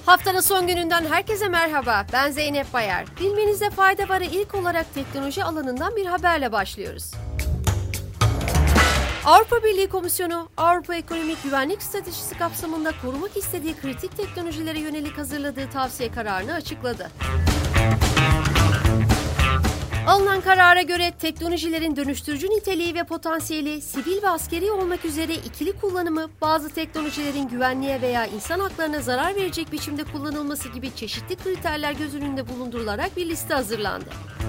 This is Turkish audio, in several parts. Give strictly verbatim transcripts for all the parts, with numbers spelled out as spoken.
Haftanın son gününden herkese merhaba. Ben Zeynep Bayar. Bilmenizde fayda varı ilk olarak teknoloji alanından bir haberle başlıyoruz. Avrupa Birliği Komisyonu, Avrupa Ekonomik Güvenlik Stratejisi kapsamında korumak istediği kritik teknolojilere yönelik hazırladığı tavsiye kararını açıkladı. Alınan karara göre teknolojilerin dönüştürücü niteliği ve potansiyeli, sivil ve askeri olmak üzere ikili kullanımı, bazı teknolojilerin güvenliğe veya insan haklarına zarar verecek biçimde kullanılması gibi çeşitli kriterler göz önünde bulundurularak bir liste hazırlandı.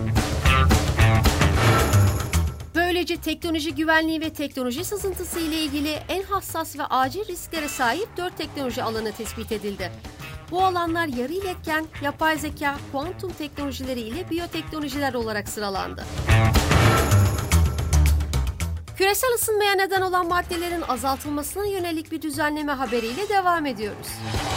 Böylece teknoloji güvenliği ve teknoloji sızıntısı ile ilgili en hassas ve acil risklere sahip dört teknoloji alanı tespit edildi. Bu alanlar yarı iletken, yapay zeka, kuantum teknolojileri ile biyoteknolojiler olarak sıralandı. Küresel ısınmaya neden olan maddelerin azaltılmasına yönelik bir düzenleme haberiyle devam ediyoruz.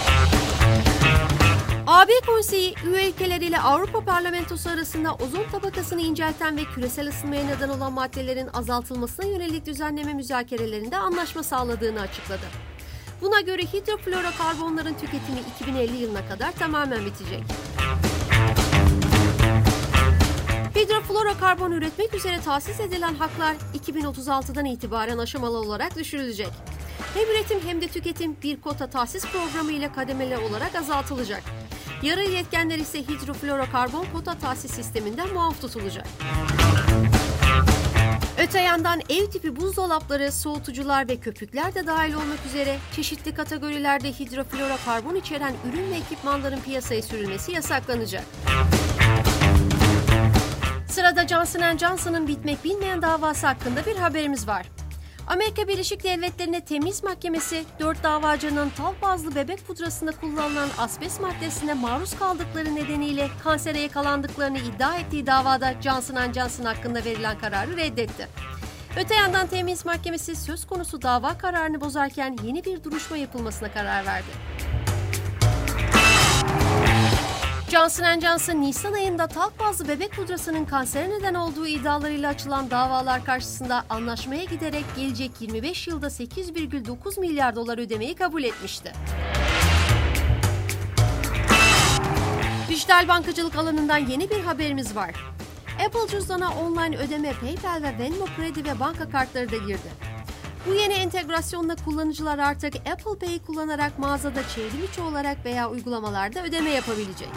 A B Konseyi, üye ülkeler ile Avrupa Parlamentosu arasında ozon tabakasını incelten ve küresel ısınmaya neden olan maddelerin azaltılmasına yönelik düzenleme müzakerelerinde anlaşma sağladığını açıkladı. Buna göre hidroflorokarbonların tüketimi iki bin elli yılına kadar tamamen bitecek. Hidroflorokarbon üretmek üzere tahsis edilen haklar iki bin otuz altıdan itibaren aşamalı olarak düşürülecek. Hem üretim hem de tüketim bir kota tahsis programı ile kademeli olarak azaltılacak. Yarı iletkenler ise hidroflorokarbon kota tahsis sisteminden muaf tutulacak. Öte yandan ev tipi buzdolapları, soğutucular ve köpükler de dahil olmak üzere çeşitli kategorilerde hidroflorokarbon içeren ürün ve ekipmanların piyasaya sürülmesi yasaklanacak. Sırada Johnson and Johnson'ın bitmek bilmeyen davası hakkında bir haberimiz var. Amerika Birleşik Devletleri'ne Temiz Mahkemesi, dört davacının talk bazlı bebek pudrasında kullanılan asbest maddesine maruz kaldıkları nedeniyle kansere yakalandıklarını iddia ettiği davada Johnson and Johnson hakkında verilen kararı reddetti. Öte yandan Temiz Mahkemesi söz konusu dava kararını bozarken yeni bir duruşma yapılmasına karar verdi. Johnson and Johnson, Nisan ayında talk bazlı bebek pudrasının kansere neden olduğu iddialarıyla açılan davalar karşısında anlaşmaya giderek gelecek yirmi beş yılda sekiz virgül dokuz milyar dolar ödemeyi kabul etmişti. Dijital bankacılık alanından yeni bir haberimiz var. Apple cüzdana online ödeme, PayPal ve Venmo kredi ve banka kartları da girdi. Bu yeni entegrasyonla kullanıcılar artık Apple Pay'i kullanarak mağazada çevrim içi olarak veya uygulamalarda ödeme yapabilecek.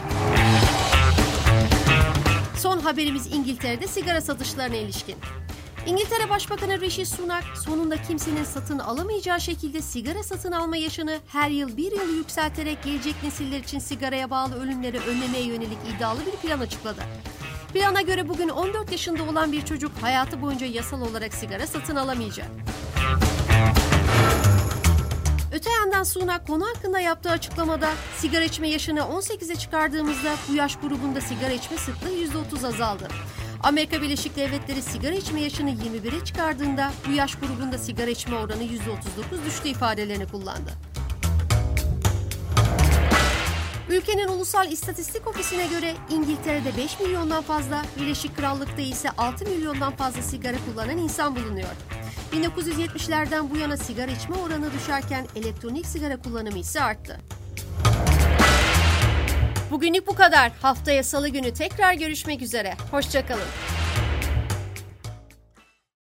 Son haberimiz İngiltere'de sigara satışlarına ilişkin. İngiltere Başbakanı Rishi Sunak, sonunda kimsenin satın alamayacağı şekilde sigara satın alma yaşını her yıl bir yıl yükselterek gelecek nesiller için sigaraya bağlı ölümleri önlemeye yönelik iddialı bir plan açıkladı. Plana göre bugün on dört yaşında olan bir çocuk hayatı boyunca yasal olarak sigara satın alamayacak. Öte yandan Sunak konu hakkında yaptığı açıklamada sigara içme yaşını on sekize çıkardığımızda bu yaş grubunda sigara içme sıklığı yüzde otuz azaldı. Amerika Birleşik Devletleri sigara içme yaşını yirmi bire çıkardığında bu yaş grubunda sigara içme oranı yüzde otuz dokuz düştü ifadelerini kullandı. Ülkenin Ulusal İstatistik Ofisi'ne göre İngiltere'de beş milyondan fazla, Birleşik Krallık'ta ise altı milyondan fazla sigara kullanan insan bulunuyor. bin dokuz yüz yetmişlerden bu yana sigara içme oranı düşerken elektronik sigara kullanımı ise arttı. Bugünlük bu kadar. Haftaya Salı günü tekrar görüşmek üzere. Hoşça kalın.